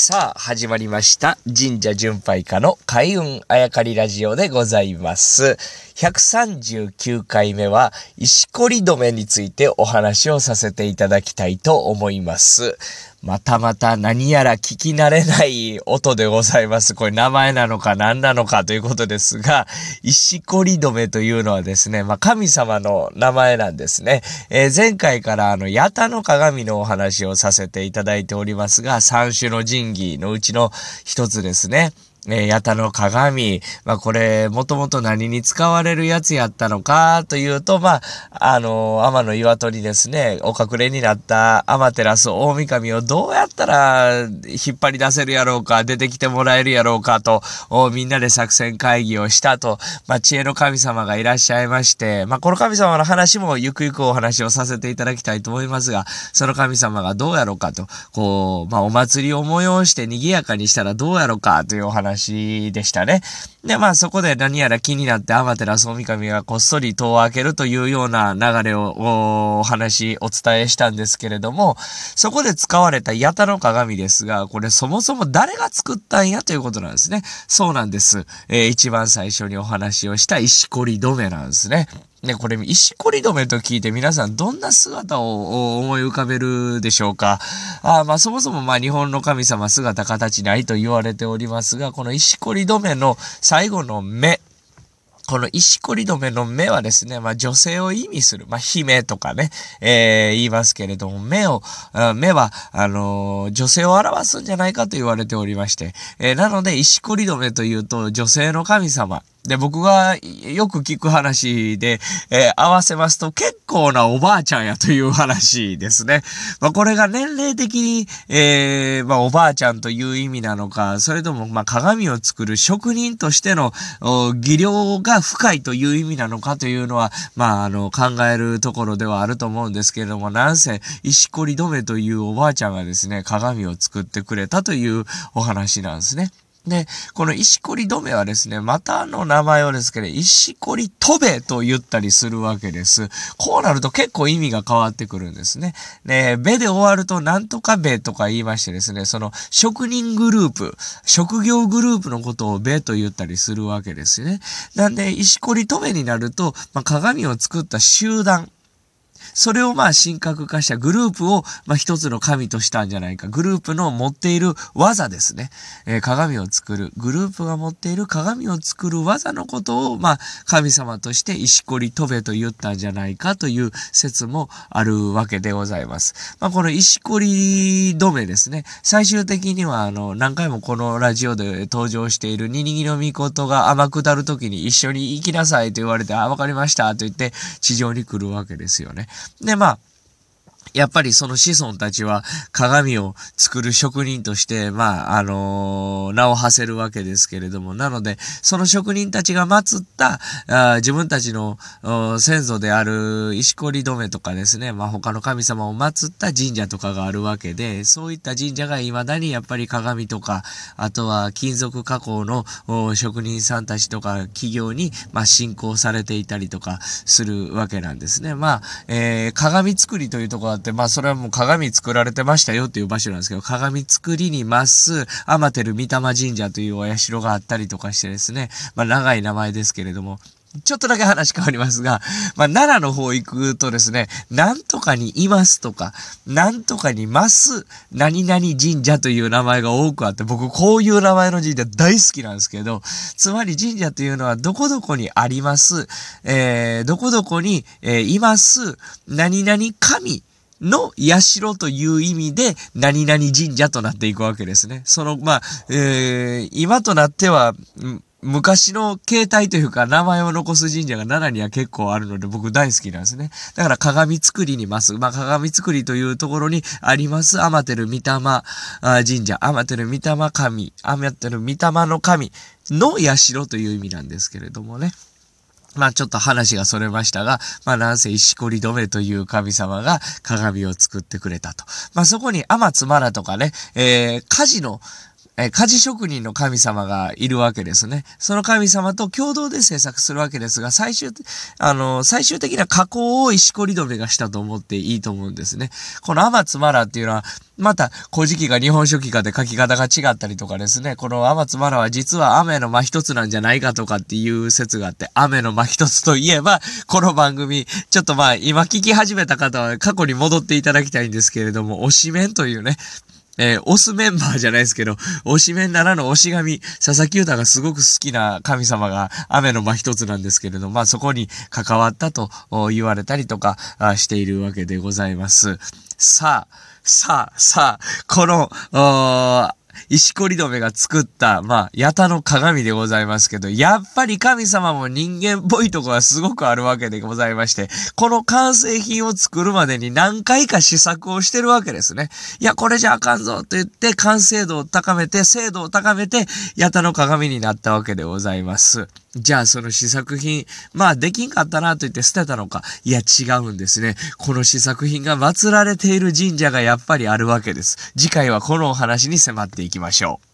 さあ始まりました神社巡拝家の開運あやかりラジオでございます。139回目は石こり止めについてお話をさせていただきたいと思います。また何やら聞き慣れない音でございます。これ名前なのか何なのかということですが、石こり止めというのはですね、神様の名前なんですね。前回から八田の鏡のお話をさせていただいておりますが、三種の神器のうちの一つですね。八田の鏡。これ、もともと何に使われるやつやったのかというと、天の岩戸にですね、お隠れになった天照大神をどうやったら引っ張り出せるやろうか、出てきてもらえるやろうかと、みんなで作戦会議をしたと、知恵の神様がいらっしゃいまして、この神様の話もゆくゆくお話をさせていただきたいと思いますが、その神様がどうやろうかと、お祭りを催して賑やかにしたらどうやろうかというお話でしたね。で、そこで何やら気になって天照大神がこっそり戸を開けるというような流れをお伝えしたんですけれども、そこで使われた八田の鏡ですが、これそもそも誰が作ったんやということなんですね。そうなんです。一番最初にお話をした石こり止めなんですね。ね、これ、石こり止めと聞いて皆さんどんな姿を思い浮かべるでしょうか。そもそも日本の神様姿形ないと言われておりますが、この石こり止めの最後の目。この石こり止めの目はですね、女性を意味する、姫とかね、言いますけれども、目は、女性を表すんじゃないかと言われておりまして、なので石こり止めというと女性の神様。で、僕がよく聞く話で、合わせますと結構なおばあちゃんやという話ですね。これが年齢的に、おばあちゃんという意味なのか、それとも鏡を作る職人としての技量が深いという意味なのかというのは、考えるところではあると思うんですけれども、なんせ石こり止めというおばあちゃんがですね、鏡を作ってくれたというお話なんですね。で、この石こり止めはですね、またの名前をですけど、石こりとべと言ったりするわけです。こうなると結構意味が変わってくるんですね。で、べで終わるとなんとかべとか言いましてですね、その職人グループ、職業グループのことをべと言ったりするわけですね。なんで、石こりとべになると、鏡を作った集団、それを神格化したグループを一つの神としたんじゃないか。グループの持っている技ですね。鏡を作る。グループが持っている鏡を作る技のことを神様として石こりとべと言ったんじゃないかという説もあるわけでございます。この石こり止めですね。最終的には何回もこのラジオで登場しているニニギノミコトが天下る時に一緒に行きなさいと言われて、わかりましたと言って地上に来るわけですよね。で、やっぱりその子孫たちは鏡を作る職人として、名を馳せるわけですけれども、なので、その職人たちが祀った、自分たちの先祖である石こり止めとかですね、他の神様を祀った神社とかがあるわけで、そういった神社が未だにやっぱり鏡とか、あとは金属加工の職人さんたちとか企業に、信仰されていたりとかするわけなんですね。鏡作りというところそれはもう鏡作られてましたよっていう場所なんですけど、鏡作りに天照御霊神社というお社があったりとかしてですね、長い名前ですけれども、ちょっとだけ話変わりますが、奈良の方行くとですね、なんとかにいますとか、なんとかにます何々神社という名前が多くあって、僕こういう名前の神社大好きなんですけど、つまり神社というのはどこどこにあります、どこどこに、います、何々神、の社という意味で何々神社となっていくわけですね。その今となっては昔の形態というか名前を残す神社が奈良には結構あるので僕大好きなんですね。だから鏡作りに鏡作りというところにあります天照御霊神社、天照御霊神、天照御霊の神の社という意味なんですけれどもね。ちょっと話がそれましたが、なんせ石こり止めという神様が鏡を作ってくれたと。そこに天津まらとかね、火事の鍛冶職人の神様がいるわけですね。その神様と共同で制作するわけですが、最終的な加工を石こり止めがしたと思っていいと思うんですね。この天津マラっていうのは、また、古事記が日本書紀かで書き方が違ったりとかですね、この天津マラは実は雨の間一つなんじゃないかとかっていう説があって、雨の間一つといえば、この番組、ちょっと今聞き始めた方は過去に戻っていただきたいんですけれども、推しメンというね、推すメンバーじゃないですけど、推しメン7の推し神、佐々木優太がすごく好きな神様が雨の間一つなんですけれど、そこに関わったと言われたりとかしているわけでございます。さあ、この、石こり止めが作った、八田の鏡でございますけど、やっぱり神様も人間っぽいところがすごくあるわけでございまして、この完成品を作るまでに何回か試作をしてるわけですね。いや、これじゃあかんぞと言って、完成度を高めて、精度を高めて、八田の鏡になったわけでございます。じゃあその試作品、できんかったなと言って捨てたのか。いや違うんですね。この試作品が祀られている神社がやっぱりあるわけです。次回はこのお話に迫っていきましょう。